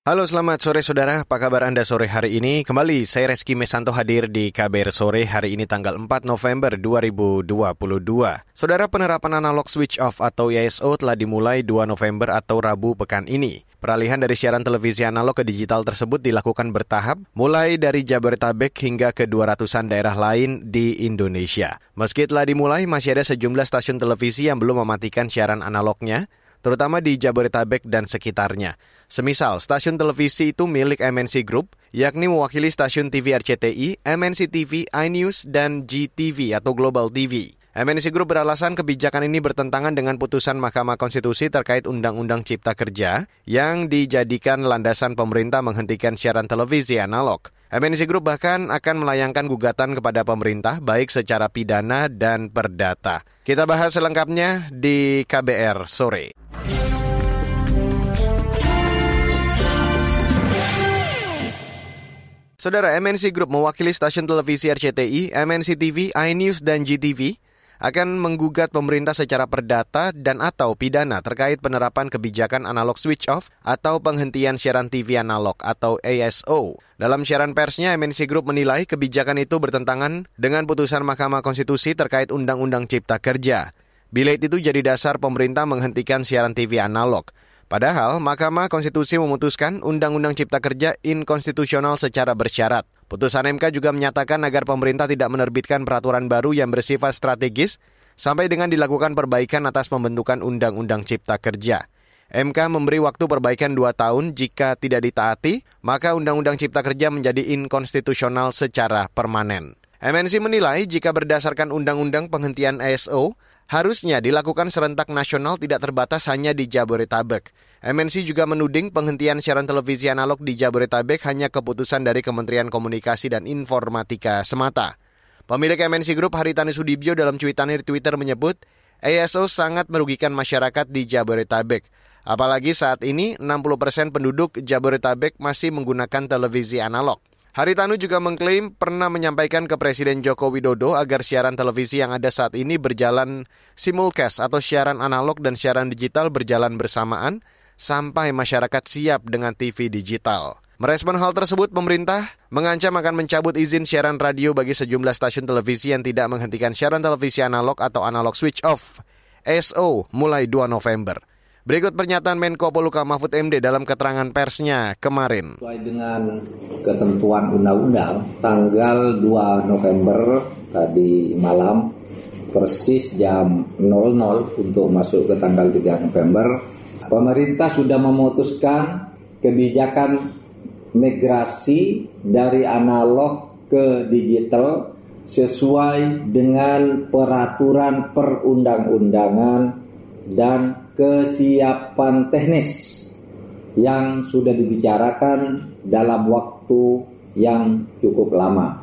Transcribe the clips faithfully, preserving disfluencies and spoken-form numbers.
Halo, selamat sore saudara. Apa kabar Anda sore hari ini? Kembali saya Reski Mesanto hadir di K B R Sore hari ini tanggal empat November dua ribu dua puluh dua. Saudara, penerapan analog switch off atau A S O telah dimulai dua November atau Rabu pekan ini. Peralihan dari siaran televisi analog ke digital tersebut dilakukan bertahap, mulai dari Jabodetabek hingga ke dua ratusan daerah lain di Indonesia. Meski telah dimulai, masih ada sejumlah stasiun televisi yang belum mematikan siaran analognya, terutama di Jabodetabek dan sekitarnya. Semisal, stasiun televisi itu milik M N C Group, yakni mewakili stasiun T V R C T I, M N C T V, iNews, dan G T V atau Global T V. M N C Group beralasan kebijakan ini bertentangan dengan putusan Mahkamah Konstitusi terkait Undang-Undang Cipta Kerja yang dijadikan landasan pemerintah menghentikan siaran televisi analog. M N C Group bahkan akan melayangkan gugatan kepada pemerintah baik secara pidana dan perdata. Kita bahas selengkapnya di K B R Sore. Saudara, M N C Group mewakili stasiun televisi R C T I, M N C T V, iNews, dan G T V akan menggugat pemerintah secara perdata dan atau pidana terkait penerapan kebijakan analog switch off atau penghentian siaran T V analog atau A S O. Dalam siaran persnya, M N C Group menilai kebijakan itu bertentangan dengan putusan Mahkamah Konstitusi terkait Undang-Undang Cipta Kerja. Bila itu jadi dasar pemerintah menghentikan siaran T V analog. Padahal, Mahkamah Konstitusi memutuskan Undang-Undang Cipta Kerja inkonstitusional secara bersyarat. Putusan M K juga menyatakan agar pemerintah tidak menerbitkan peraturan baru yang bersifat strategis sampai dengan dilakukan perbaikan atas pembentukan Undang-Undang Cipta Kerja. M K memberi waktu perbaikan dua tahun jika tidak ditaati, maka Undang-Undang Cipta Kerja menjadi inkonstitusional secara permanen. M N C menilai jika berdasarkan Undang-Undang penghentian A S O, harusnya dilakukan serentak nasional tidak terbatas hanya di Jabodetabek. M N C juga menuding penghentian siaran televisi analog di Jabodetabek hanya keputusan dari Kementerian Komunikasi dan Informatika semata. Pemilik M N C Group Haritanu Sudibyo dalam cuitannya di Twitter menyebut, A S O sangat merugikan masyarakat di Jabodetabek. Apalagi saat ini enam puluh persen penduduk Jabodetabek masih menggunakan televisi analog. Haritanu juga mengklaim pernah menyampaikan ke Presiden Joko Widodo agar siaran televisi yang ada saat ini berjalan simulcast atau siaran analog dan siaran digital berjalan bersamaan sampai masyarakat siap dengan T V digital. Merespon hal tersebut, pemerintah mengancam akan mencabut izin siaran radio bagi sejumlah stasiun televisi yang tidak menghentikan siaran televisi analog atau analog switch off A S O mulai dua November. Berikut pernyataan Menko Polhukam Mahfud M D dalam keterangan persnya kemarin. Sesuai dengan ketentuan undang-undang, tanggal dua November tadi malam, persis jam nol nol untuk masuk ke tanggal tiga November, pemerintah sudah memutuskan kebijakan migrasi dari analog ke digital sesuai dengan peraturan perundang-undangan dan kesiapan teknis yang sudah dibicarakan dalam waktu yang cukup lama.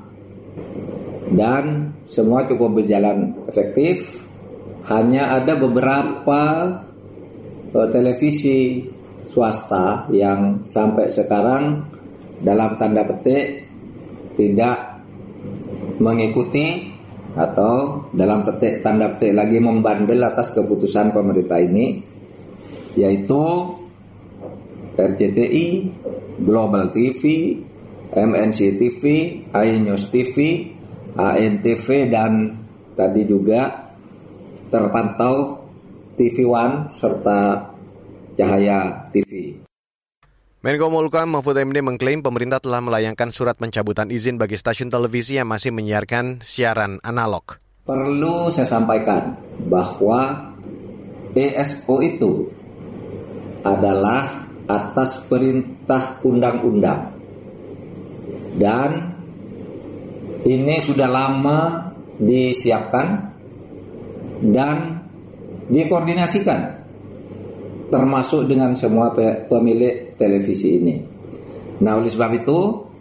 Dan semua cukup berjalan efektif. Hanya ada beberapa uh, televisi swasta yang sampai sekarang dalam tanda petik tidak mengikuti atau dalam petik, tanda petik lagi membandel atas keputusan pemerintah ini, yaitu R C T I, Global T V, M N C T V, iNews T V, A N T V, dan tadi juga terpantau T V One serta Cahaya T V. Menko Polhukam Mahfud M D mengklaim pemerintah telah melayangkan surat pencabutan izin bagi stasiun televisi yang masih menyiarkan siaran analog. Perlu saya sampaikan bahwa A S O itu adalah atas perintah undang-undang. Dan ini sudah lama disiapkan dan dikoordinasikan, termasuk dengan semua pemilik televisi ini. Nah, oleh sebab itu,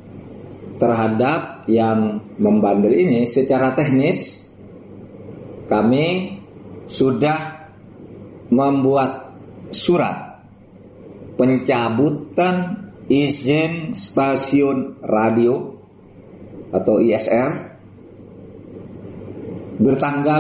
terhadap yang membandel ini secara teknis, kami sudah membuat surat pencabutan izin stasiun radio atau I S R bertanggal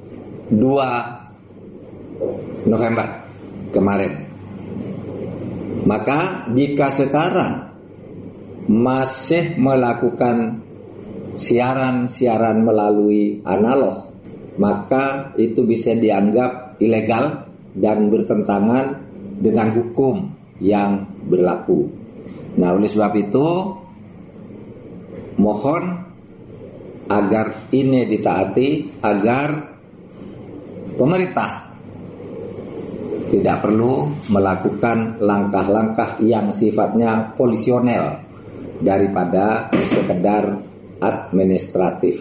dua November kemarin. Maka jika sekarang masih melakukan siaran-siaran melalui analog, maka itu bisa dianggap ilegal dan bertentangan dengan hukum yang berlaku. Nah, oleh sebab itu mohon agar ini ditaati, agar pemerintah tidak perlu melakukan langkah-langkah yang sifatnya polisional daripada sekedar administratif.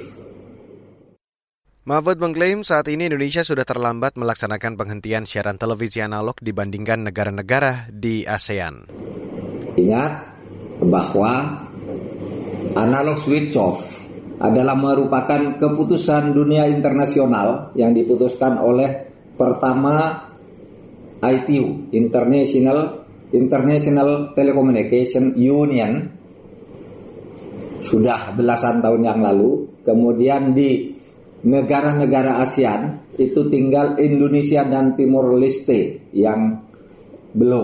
Mahfud mengklaim saat ini Indonesia sudah terlambat melaksanakan penghentian siaran televisi analog dibandingkan negara-negara di ASEAN. Ingat bahwa analog switch off adalah merupakan keputusan dunia internasional yang diputuskan oleh pertama I T U, International International Telecommunication Union, sudah belasan tahun yang lalu. Kemudian di negara-negara ASEAN itu tinggal Indonesia dan Timor Leste yang belum.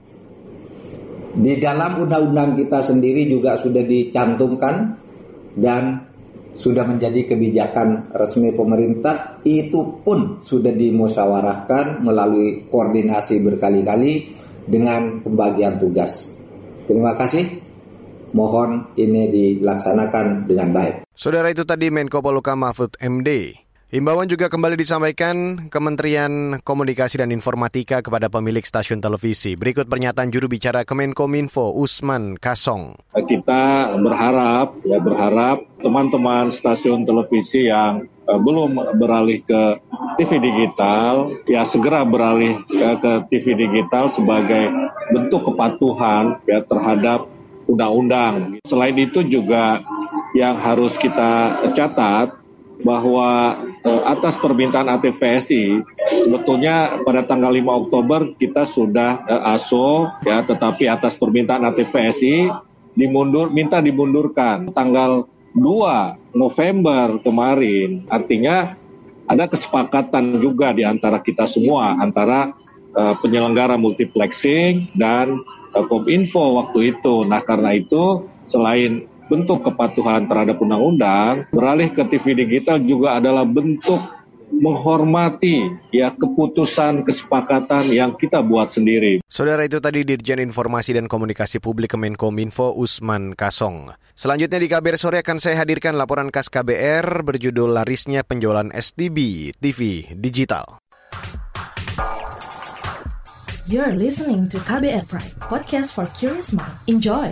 Di dalam undang-undang kita sendiri juga sudah dicantumkan dan sudah menjadi kebijakan resmi pemerintah. Itu pun sudah dimusyawarahkan melalui koordinasi berkali-kali dengan pembagian tugas. Terima kasih. Mohon ini dilaksanakan dengan baik. Saudara, itu tadi Menko Polhukam Mahfud M D. Himbauan juga kembali disampaikan Kementerian Komunikasi dan Informatika kepada pemilik stasiun televisi. Berikut pernyataan juru bicara Kemenkominfo Usman Kasong. Kita berharap, ya berharap teman-teman stasiun televisi yang uh, belum beralih ke T V digital, ya segera beralih ke, ke T V digital sebagai bentuk kepatuhan ya terhadap undang-undang. Selain itu juga yang harus kita catat bahwa eh, atas permintaan A T V S I sebetulnya pada tanggal lima Oktober kita sudah eh, A S O ya, tetapi atas permintaan A T V S I dimundur minta dimundurkan tanggal dua November kemarin. Artinya ada kesepakatan juga di antara kita semua, antara eh, penyelenggara multiplexing dan eh, Kominfo waktu itu. Nah, karena itu selain bentuk kepatuhan terhadap undang-undang, beralih ke T V digital juga adalah bentuk menghormati ya keputusan kesepakatan yang kita buat sendiri. Saudara, itu tadi Dirjen Informasi dan Komunikasi Publik Kemenkominfo Usman Kasong. Selanjutnya di K B R Sore akan saya hadirkan laporan khas K B R berjudul Larisnya Penjualan S T B T V Digital. You're listening to K B R Pride, podcast for curious mind. Enjoy!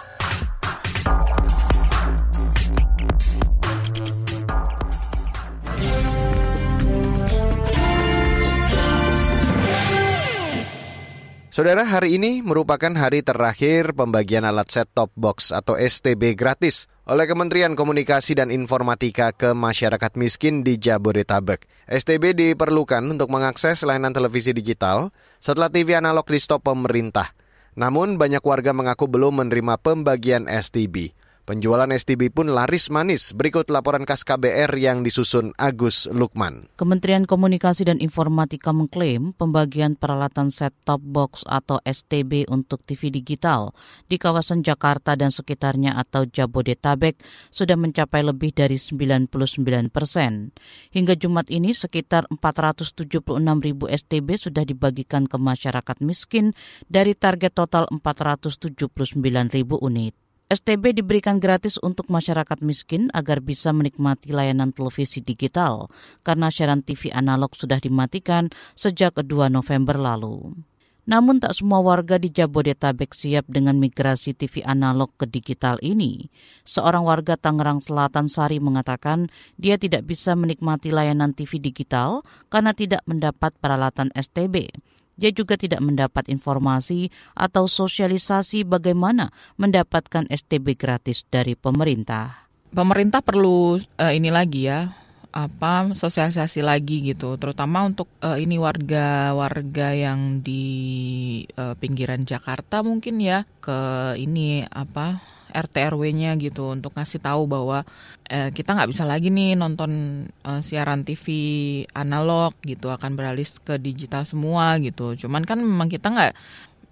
Saudara, hari ini merupakan hari terakhir pembagian alat set-top box atau S T B gratis oleh Kementerian Komunikasi dan Informatika ke masyarakat miskin di Jabodetabek. S T B diperlukan untuk mengakses layanan televisi digital setelah T V analog di stop pemerintah. Namun banyak warga mengaku belum menerima pembagian S T B. Penjualan S T B pun laris manis. Berikut laporan khas K B R yang disusun Agus Lukman. Kementerian Komunikasi dan Informatika mengklaim pembagian peralatan set-top box atau S T B untuk T V digital di kawasan Jakarta dan sekitarnya atau Jabodetabek sudah mencapai lebih dari sembilan puluh sembilan persen. Hingga Jumat ini sekitar empat ratus tujuh puluh enam ribu S T B sudah dibagikan ke masyarakat miskin dari target total empat ratus tujuh puluh sembilan ribu unit. S T B diberikan gratis untuk masyarakat miskin agar bisa menikmati layanan televisi digital karena siaran T V analog sudah dimatikan sejak dua November lalu. Namun tak semua warga di Jabodetabek siap dengan migrasi T V analog ke digital ini. Seorang warga Tangerang Selatan Sari mengatakan dia tidak bisa menikmati layanan T V digital karena tidak mendapat peralatan S T B. Dia juga tidak mendapat informasi atau sosialisasi bagaimana mendapatkan S T B gratis dari pemerintah. Pemerintah perlu uh, ini lagi ya, apa sosialisasi lagi gitu, terutama untuk uh, ini warga-warga yang di uh, pinggiran Jakarta mungkin ya, ke ini apa R T R W-nya gitu, untuk ngasih tahu bahwa eh, kita nggak bisa lagi nih nonton eh, siaran T V analog gitu, akan beralih ke digital semua gitu. Cuman kan memang kita nggak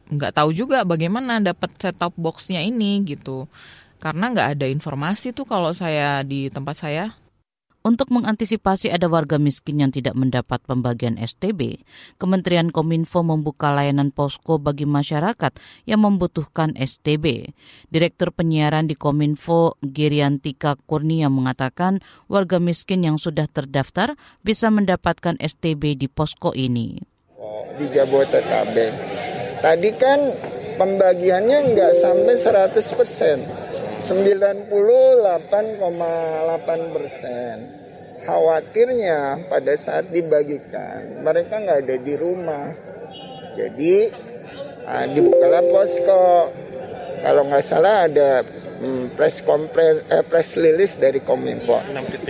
nggak tahu juga bagaimana dapat set-top box-nya ini gitu. Karena nggak ada informasi tuh kalau saya di tempat saya. Untuk mengantisipasi ada warga miskin yang tidak mendapat pembagian S T B, Kementerian Kominfo membuka layanan posko bagi masyarakat yang membutuhkan S T B. Direktur Penyiaran di Kominfo, Geriantika Kurnia, mengatakan warga miskin yang sudah terdaftar bisa mendapatkan S T B di posko ini. Di Jabodetabek. Tadi kan pembagiannya nggak sampai seratus persen. sembilan puluh delapan koma delapan persen. Khawatirnya pada saat dibagikan mereka nggak ada di rumah. Jadi uh, dibukalah posko. Kalau nggak salah ada hmm, press conference, eh, press release dari Kominfo.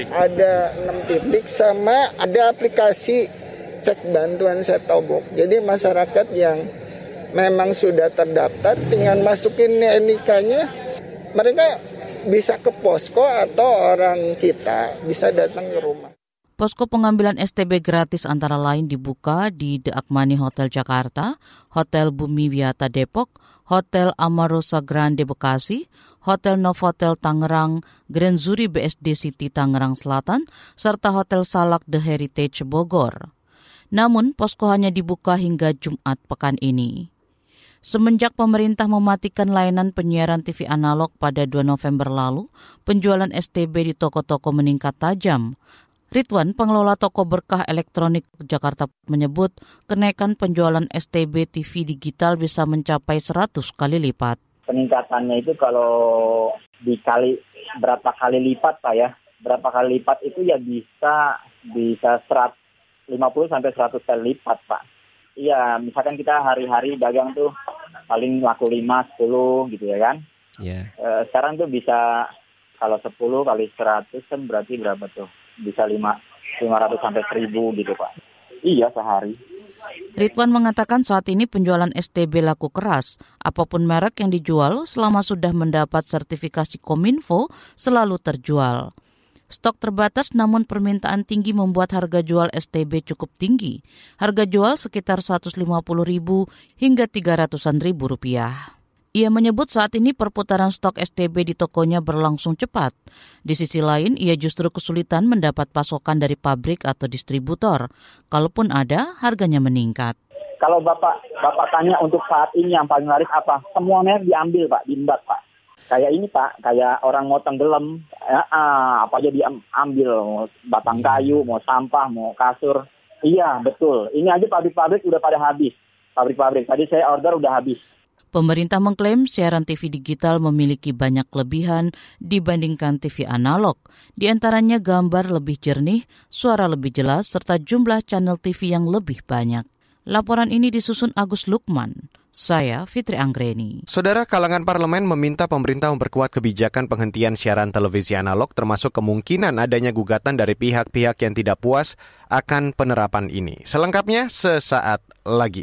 Ada enam titik sama ada aplikasi cek bantuan set-top box. Jadi masyarakat yang memang sudah terdaftar tinggal masukin N I K-nya, mereka bisa ke posko atau orang kita bisa datang ke rumah. Posko pengambilan S T B gratis antara lain dibuka di The Akmani Hotel Jakarta, Hotel Bumi Wiyata Depok, Hotel Amarosa Grande Bekasi, Hotel Novotel Tangerang, Grand Zuri B S D City Tangerang Selatan, serta Hotel Salak The Heritage Bogor. Namun, posko hanya dibuka hingga Jumat pekan ini. Semenjak pemerintah mematikan layanan penyiaran T V analog pada dua November lalu, penjualan S T B di toko-toko meningkat tajam. Ridwan, pengelola toko berkah elektronik Jakarta, menyebut kenaikan penjualan S T B T V digital bisa mencapai seratus kali lipat. Peningkatannya itu kalau dikali berapa kali lipat Pak ya, berapa kali lipat itu ya bisa bisa seratus lima puluh sampai seratus kali lipat Pak. Iya, misalkan kita hari-hari dagang tuh paling laku lima, sepuluh gitu ya kan. Iya. Yeah. E, sekarang tuh bisa kalau sepuluh kali seratus kan berarti berapa tuh? Bisa lima ratus sampai seribu gitu Pak. Iya, sehari. Ridwan mengatakan saat ini penjualan S T B laku keras. Apapun merek yang dijual selama sudah mendapat sertifikasi Kominfo selalu terjual. Stok terbatas namun permintaan tinggi membuat harga jual S T B cukup tinggi. Harga jual sekitar seratus lima puluh ribu hingga tiga ratusan ribu rupiah. Ia menyebut saat ini perputaran stok S T B di tokonya berlangsung cepat. Di sisi lain, ia justru kesulitan mendapat pasokan dari pabrik atau distributor. Kalaupun ada, harganya meningkat. Kalau Bapak Bapak tanya untuk saat ini yang paling laris apa? Semua merek diambil Pak, diembat Pak. Kayak ini Pak, kayak orang mau tenggelam, ya, ah, apa aja diambil, mau batang kayu, mau sampah, mau kasur. Iya, betul. Ini aja pabrik-pabrik udah pada habis. Pabrik-pabrik, tadi saya order udah habis. Pemerintah mengklaim siaran T V digital memiliki banyak kelebihan dibandingkan T V analog. Di antaranya gambar lebih jernih, suara lebih jelas, serta jumlah channel T V yang lebih banyak. Laporan ini disusun Agus Lukman. Saya Fitri Anggreni. Saudara, kalangan parlemen meminta pemerintah memperkuat kebijakan penghentian siaran televisi analog, termasuk kemungkinan adanya gugatan dari pihak-pihak yang tidak puas akan penerapan ini. Selengkapnya sesaat lagi.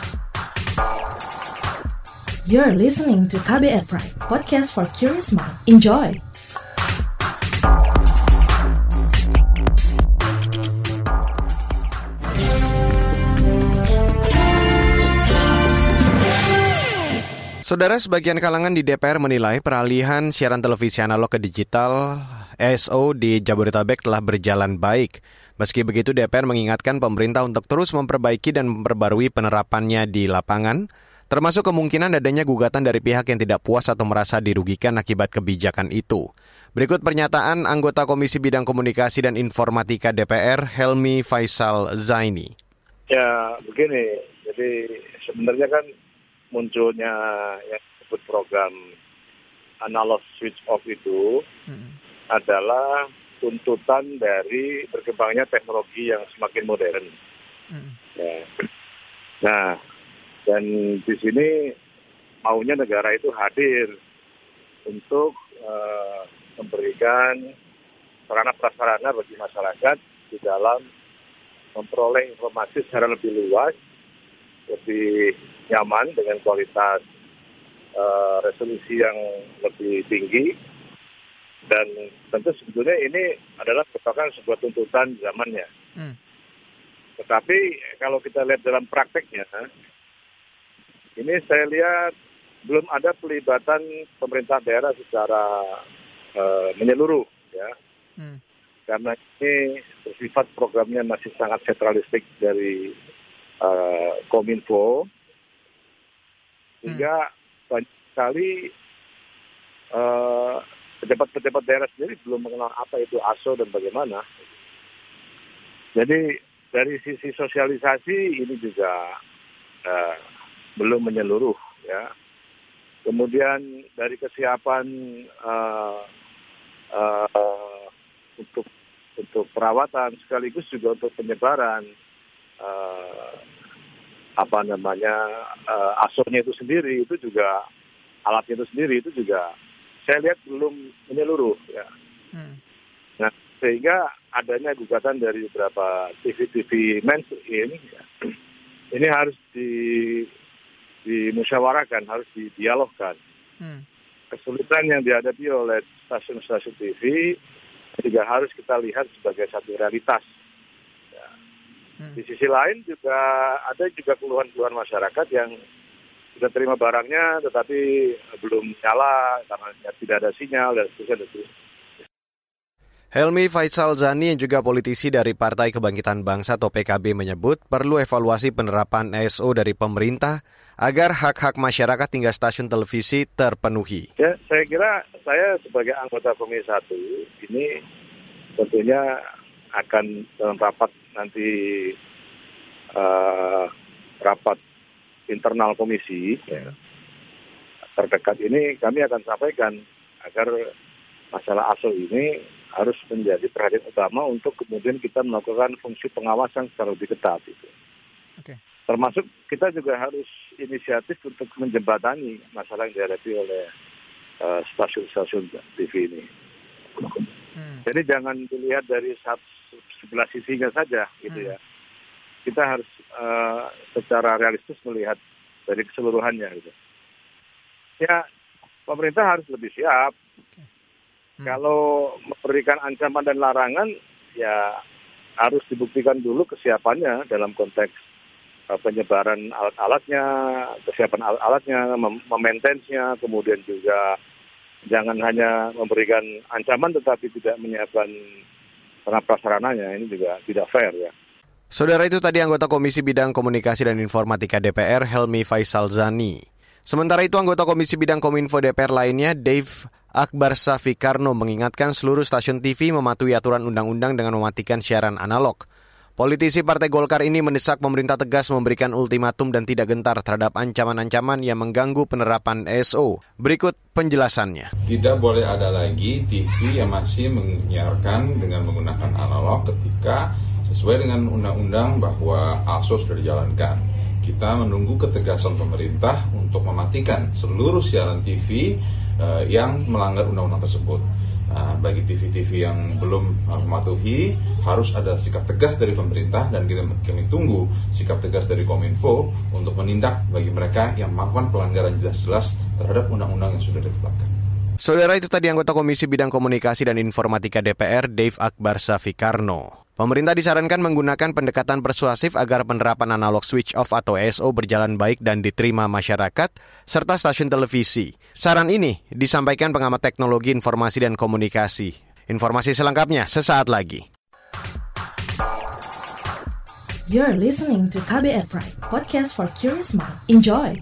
You're listening to K B R Pride, podcast for curious mind. Enjoy! Saudara, sebagian kalangan di D P R menilai peralihan siaran televisi analog ke digital S O di Jabodetabek telah berjalan baik. Meski begitu, D P R mengingatkan pemerintah untuk terus memperbaiki dan memperbarui penerapannya di lapangan, termasuk kemungkinan adanya gugatan dari pihak yang tidak puas atau merasa dirugikan akibat kebijakan itu. Berikut pernyataan anggota Komisi Bidang Komunikasi dan Informatika D P R, Helmi Faisal Zaini. Ya, begini. Jadi sebenarnya kan munculnya yang disebut program analog switch off itu hmm. adalah tuntutan dari berkembangnya teknologi yang semakin modern. Hmm. Ya. Nah, dan di sini maunya negara itu hadir untuk uh, memberikan sarana prasarana bagi masyarakat di dalam memperoleh informasi secara lebih luas, lebih nyaman dengan kualitas uh, resolusi yang lebih tinggi, dan tentu sebetulnya ini adalah merupakan sebuah tuntutan zamannya. Hmm. Tetapi kalau kita lihat dalam prakteknya, ini saya lihat belum ada pelibatan pemerintah daerah secara uh, menyeluruh, ya. Hmm. Karena ini bersifat programnya masih sangat sentralistik dari uh, Kominfo, sehingga hmm. banyak sekali uh, pejabat-pejabat daerah sendiri belum mengenal apa itu A S O dan bagaimana. Jadi dari sisi sosialisasi ini juga uh, belum menyeluruh, ya. Kemudian dari kesiapan uh, uh, untuk untuk perawatan sekaligus juga untuk penyebaran uh, apa namanya uh, A S O-nya itu sendiri, itu juga alatnya itu sendiri itu juga saya lihat belum menyeluruh, ya. Hmm. Nah, sehingga adanya gugatan dari beberapa T V-T V mainstream, ya, ini harus di dimusyawarahkan, harus didialogkan. Hmm. Kesulitan yang dihadapi oleh stasiun-stasiun T V juga harus kita lihat sebagai satu realitas. Ya. Hmm. Di sisi lain juga ada juga keluhan-keluhan masyarakat yang sudah terima barangnya tetapi belum nyala karena tidak ada sinyal dan seterusnya. Helmi Faisal Zani yang juga politisi dari Partai Kebangkitan Bangsa atau P K B menyebut perlu evaluasi penerapan A S O dari pemerintah agar hak-hak masyarakat hingga stasiun televisi terpenuhi. Ya, saya kira saya sebagai anggota Komisi satu ini tentunya akan dalam rapat nanti uh, rapat internal komisi ya, terdekat ini kami akan sampaikan agar masalah A S O ini harus menjadi perhatian utama untuk kemudian kita melakukan fungsi pengawasan secara lebih ketat itu. Okay. Termasuk kita juga harus inisiatif untuk menjembatani masalah yang dihadapi oleh uh, stasiun-stasiun T V ini. Hmm. Jadi jangan dilihat dari satu, sebelah sisinya saja, gitu hmm. ya. Kita harus uh, secara realistis melihat dari keseluruhannya, gitu. Ya, pemerintah harus lebih siap. Okay. Hmm. Kalau memberikan ancaman dan larangan, ya harus dibuktikan dulu kesiapannya dalam konteks uh, penyebaran alat-alatnya, kesiapan alat-alatnya, mem-maintenance-nya, kemudian juga jangan hanya memberikan ancaman tetapi tidak menyiapkan prasarananya, ini juga tidak fair, ya. Saudara, itu tadi anggota Komisi Bidang Komunikasi dan Informatika D P R, Helmi Faisal Zani. Sementara itu, anggota Komisi Bidang Kominfo D P R lainnya, Dave Akbar Safikarno, mengingatkan seluruh stasiun T V mematuhi aturan undang-undang dengan mematikan siaran analog. Politisi Partai Golkar ini mendesak pemerintah tegas memberikan ultimatum dan tidak gentar terhadap ancaman-ancaman yang mengganggu penerapan A S O. Berikut penjelasannya. Tidak boleh ada lagi T V yang masih menyiarkan dengan menggunakan analog ketika sesuai dengan undang-undang bahwa A S O sudah dijalankan. Kita menunggu ketegasan pemerintah untuk mematikan seluruh siaran T V uh, yang melanggar undang-undang tersebut. Nah, bagi T V-T V yang belum uh, mematuhi, harus ada sikap tegas dari pemerintah dan kita, kami tunggu sikap tegas dari Kominfo untuk menindak bagi mereka yang melakukan pelanggaran jelas-jelas terhadap undang-undang yang sudah ditetapkan. Saudara, itu tadi anggota Komisi Bidang Komunikasi dan Informatika D P R, Dave Akbar Safikarno. Pemerintah disarankan menggunakan pendekatan persuasif agar penerapan analog switch off atau A S O berjalan baik dan diterima masyarakat, serta stasiun televisi. Saran ini disampaikan pengamat teknologi informasi dan komunikasi. Informasi selengkapnya sesaat lagi. You're listening to K B R Pride, podcast for curious mind. Enjoy!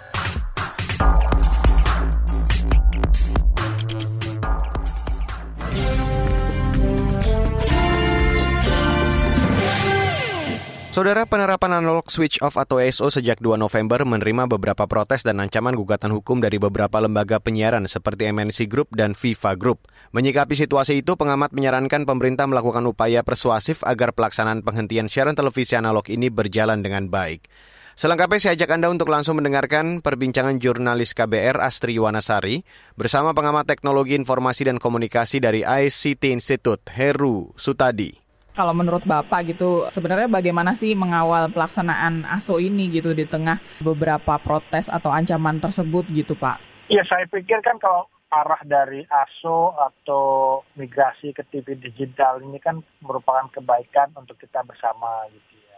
Saudara, penerapan analog switch off atau A S O sejak dua November menerima beberapa protes dan ancaman gugatan hukum dari beberapa lembaga penyiaran seperti M N C Group dan Viva Group. Menyikapi situasi itu, pengamat menyarankan pemerintah melakukan upaya persuasif agar pelaksanaan penghentian siaran televisi analog ini berjalan dengan baik. Selengkapnya saya ajak Anda untuk langsung mendengarkan perbincangan jurnalis K B R Astri Wanasari bersama pengamat teknologi informasi dan komunikasi dari I C T Institute, Heru Sutadi. Kalau menurut Bapak gitu, sebenarnya bagaimana sih mengawal pelaksanaan A S O ini gitu di tengah beberapa protes atau ancaman tersebut gitu, Pak? Ya, saya pikir kan kalau arah dari A S O atau migrasi ke T V digital ini kan merupakan kebaikan untuk kita bersama gitu ya.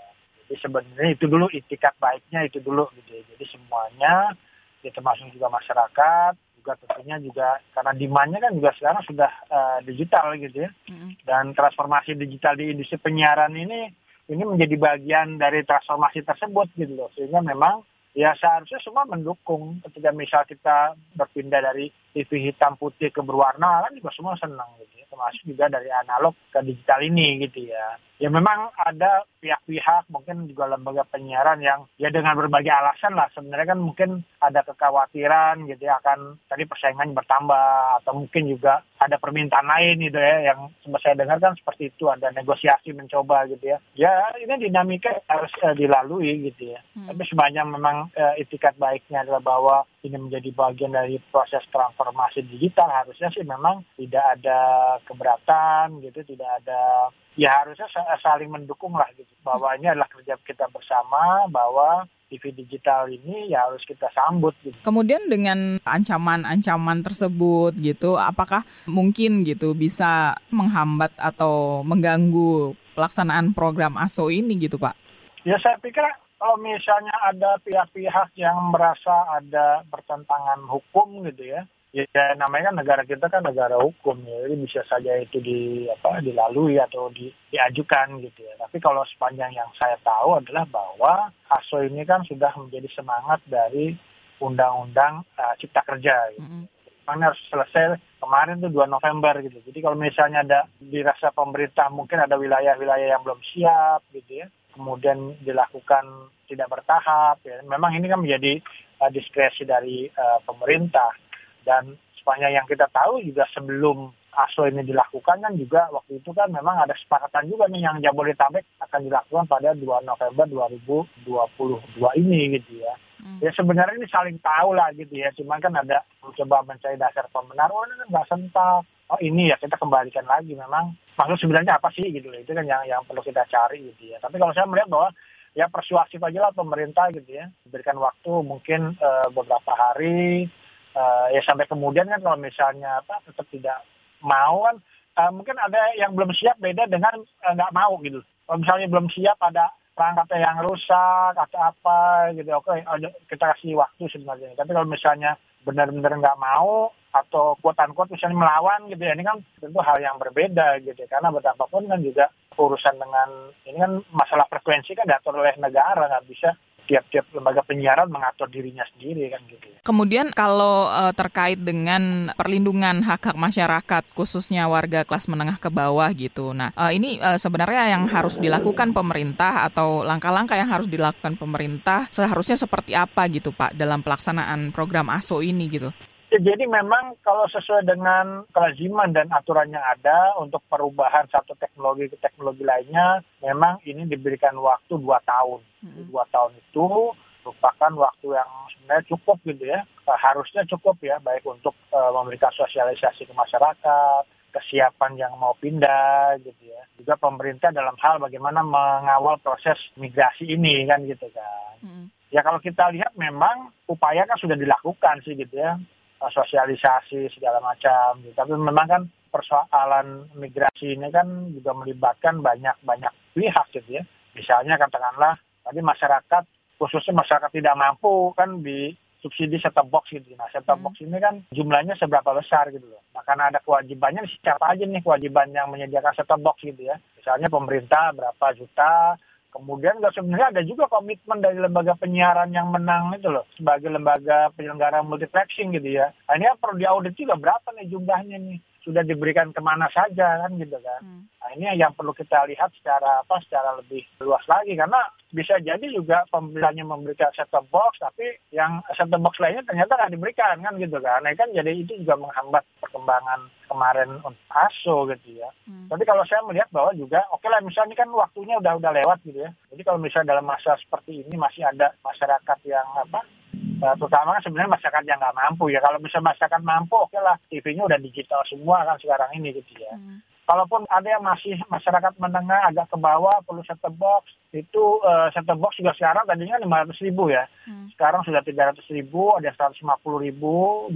Jadi sebenarnya itu dulu itikat baiknya itu dulu gitu ya. Jadi semuanya, ya termasuk juga masyarakat, juga tentunya juga karena demand-nya kan juga sekarang sudah uh, digital gitu ya. Mm-hmm. Dan transformasi digital di industri penyiaran ini ini menjadi bagian dari transformasi tersebut gitu loh. Sehingga memang ya seharusnya semua mendukung. Ketika misal kita berpindah dari T V hitam putih ke berwarna kan juga semua senang gitu ya. Termasuk juga dari analog ke digital ini gitu ya. Ya memang ada pihak-pihak mungkin juga lembaga penyiaran yang ya dengan berbagai alasan lah sebenarnya kan mungkin ada kekhawatiran gitu ya akan tadi persaingan bertambah atau mungkin juga ada permintaan lain gitu ya yang sempat saya dengar kan seperti itu ada negosiasi mencoba gitu ya. Ya ini dinamika harus uh, dilalui gitu ya. Hmm. Tapi sebanyak memang uh, itikat baiknya adalah bahwa ini menjadi bagian dari proses transformasi digital harusnya sih memang tidak ada keberatan gitu, tidak ada ya harusnya saling mendukung lah gitu bahwa ini adalah kerja kita bersama bahwa T V digital ini ya harus kita sambut gitu. Kemudian dengan ancaman-ancaman tersebut gitu, apakah mungkin gitu bisa menghambat atau mengganggu pelaksanaan program A S O ini gitu Pak? Ya saya pikir kalau misalnya ada pihak-pihak yang merasa ada pertentangan hukum gitu ya, ya namanya kan negara kita kan negara hukum ya, jadi bisa saja itu di apa dilalui atau di, diajukan gitu ya. Tapi kalau sepanjang yang saya tahu adalah bahwa A S O ini kan sudah menjadi semangat dari Undang-Undang uh, Cipta Kerja. Gitu. Mm-hmm. Mana harus selesai kemarin tuh dua November gitu. Jadi kalau misalnya ada dirasa pemerintah mungkin ada wilayah-wilayah yang belum siap gitu ya, kemudian dilakukan tidak bertahap ya. Memang ini kan menjadi uh, diskresi dari uh, pemerintah. Dan sepanjang yang kita tahu juga sebelum A S O ini dilakukan kan juga waktu itu kan memang ada kesepakatan juga nih yang Jabodetabek akan dilakukan pada dua November dua ribu dua puluh dua ini gitu ya. Hmm. Ya sebenarnya ini saling tahu lah gitu ya. Cuman kan ada mencoba mencari dasar pembenar. Oh ini kan nggak sentak. Oh ini ya kita kembalikan lagi memang. Maksud sebenarnya apa sih gitu loh. Itu kan yang yang perlu kita cari gitu ya. Tapi kalau saya melihat bahwa ya persuasif aja lah pemerintah gitu ya. Diberikan waktu mungkin uh, beberapa hari. Uh, ya sampai kemudian kan kalau misalnya apa tetap tidak mau kan uh, mungkin ada yang belum siap beda dengan nggak uh, mau gitu. Kalau misalnya belum siap ada perangkatnya yang rusak atau apa gitu, oke okay, kita kasih waktu sebenarnya. Tapi kalau misalnya benar-benar nggak mau atau quote-unquote misalnya melawan gitu ya, ini kan tentu hal yang berbeda gitu ya. Karena betapapun kan juga urusan dengan ini kan masalah frekuensi kan diatur oleh negara, nggak bisa tiap-tiap lembaga penyiaran mengatur dirinya sendiri kan gitu. Kemudian kalau uh, terkait dengan perlindungan hak-hak masyarakat khususnya warga kelas menengah ke bawah gitu. Nah, uh, ini uh, sebenarnya yang harus dilakukan pemerintah atau langkah-langkah yang harus dilakukan pemerintah seharusnya seperti apa gitu Pak dalam pelaksanaan program A S O ini gitu. Jadi memang kalau sesuai dengan kelaziman dan aturan yang ada untuk perubahan satu teknologi ke teknologi lainnya, memang ini diberikan waktu dua tahun. Hmm. Dua tahun itu merupakan waktu yang sebenarnya cukup gitu ya. Harusnya cukup ya, baik untuk uh, memberikan sosialisasi ke masyarakat, kesiapan yang mau pindah gitu ya. Juga pemerintah dalam hal bagaimana mengawal proses migrasi ini kan gitu kan. Hmm. Ya kalau kita lihat memang upaya kan sudah dilakukan sih gitu ya. Sosialisasi segala macam gitu. Tapi memang kan persoalan migrasi ini kan juga melibatkan banyak-banyak pihak gitu ya. Misalnya katakanlah tadi masyarakat, khususnya masyarakat tidak mampu kan di subsidi set-top box gitu. Nah set-top box ini kan jumlahnya seberapa besar gitu loh. Nah karena ada kewajibannya, siapa aja nih kewajiban yang menyediakan set-top box gitu ya. Misalnya pemerintah berapa juta. Kemudian sebenarnya ada juga komitmen dari lembaga penyiaran yang menang itu loh, sebagai lembaga penyelenggara multiplexing gitu ya. Nah, ini perlu diaudit juga berapa nih jumlahnya nih, sudah diberikan kemana saja kan gitu kan. Hmm. Nah ini yang perlu kita lihat secara apa, secara lebih luas lagi karena bisa jadi juga pemerintahnya memberikan set-top box, tapi yang set-top box lainnya ternyata nggak diberikan kan gitu kan. Nah kan jadi itu juga menghambat perkembangan kemarin untuk A S O gitu ya. Hmm. Tapi kalau saya melihat bahwa juga oke okay lah misalnya kan waktunya udah udah lewat gitu ya. Jadi kalau misalnya dalam masa seperti ini masih ada masyarakat yang apa, uh, terutama kan sebenarnya masyarakat yang nggak mampu ya. Kalau misalnya masyarakat mampu oke okay lah T V-nya udah digital semua kan sekarang ini gitu ya. Hmm. Kalaupun ada yang masih masyarakat menengah agak ke bawah perlu set-top box, itu uh, set-top box juga sekarang tadinya lima ratus ribu ya. Hmm. Sekarang sudah tiga ratus ribu, ada seratus lima puluh ribu juga.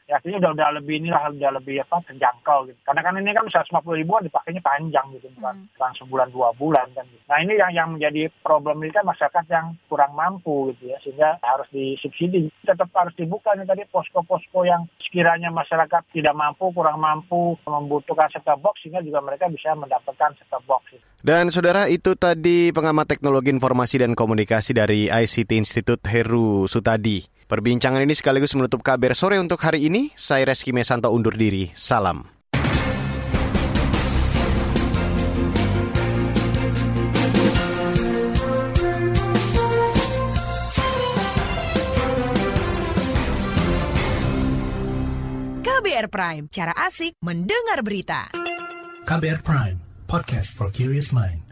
ya artinya udah udah lebih inilah udah lebih apa terjangkau gitu. Karena kan ini kan seratus lima puluh ribuan dipakainya panjang gitu, bukan hmm. sebulan dua bulan kan. Gitu. Nah ini yang yang menjadi problem ini kan masyarakat yang kurang mampu gitu ya, sehingga harus disubsidi. Tetap harus dibuka nih tadi posko-posko yang sekiranya masyarakat tidak mampu, kurang mampu, membutuhkan set-top box, sehingga juga mereka bisa mendapatkan set-top box. Gitu. Dan saudara, itu tadi pengamat teknologi informasi dan komunikasi dari I C T Institute Heru Sutadi. Perbincangan ini sekaligus menutup K B R Sore untuk hari ini. Saya Reski Mesanto undur diri. Salam. K B R Prime, cara asik mendengar berita. K B R Prime, podcast for curious mind.